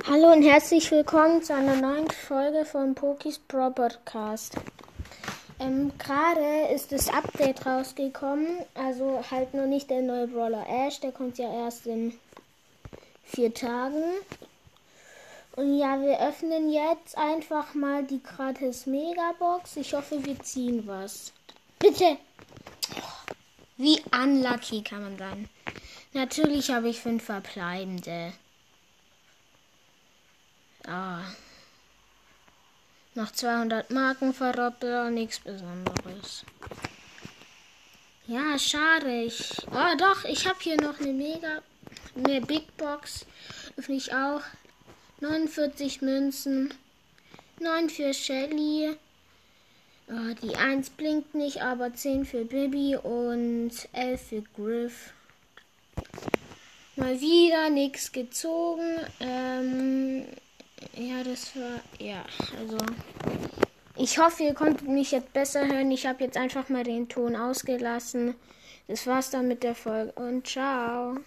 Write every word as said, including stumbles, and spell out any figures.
Hallo und herzlich willkommen zu einer neuen Folge von Pokis Pro Podcast. Ähm, gerade ist das Update rausgekommen, also halt noch nicht der neue Brawler Ash, der kommt ja erst in vier Tagen. Und ja, wir öffnen jetzt einfach mal die gratis Megabox. Ich hoffe, wir ziehen was. Bitte! Wie unlucky kann man sein? Natürlich habe ich fünf verbleibende. Ah. Noch zweihundert Marken verdoppelt, nichts Besonderes. Ja, schade. Ich, oh doch, ich habe hier noch eine Mega, eine Big Box. Öffne ich auch. neunundvierzig Münzen. neun für Shelly. Oh, die eins blinkt nicht, aber zehn für Bibi und elf für Griff. Mal wieder nichts gezogen. Ähm, ja, das war, ja, also... Ich hoffe, ihr konntet mich jetzt besser hören. Ich habe jetzt einfach mal den Ton ausgelassen. Das war's dann mit der Folge und ciao.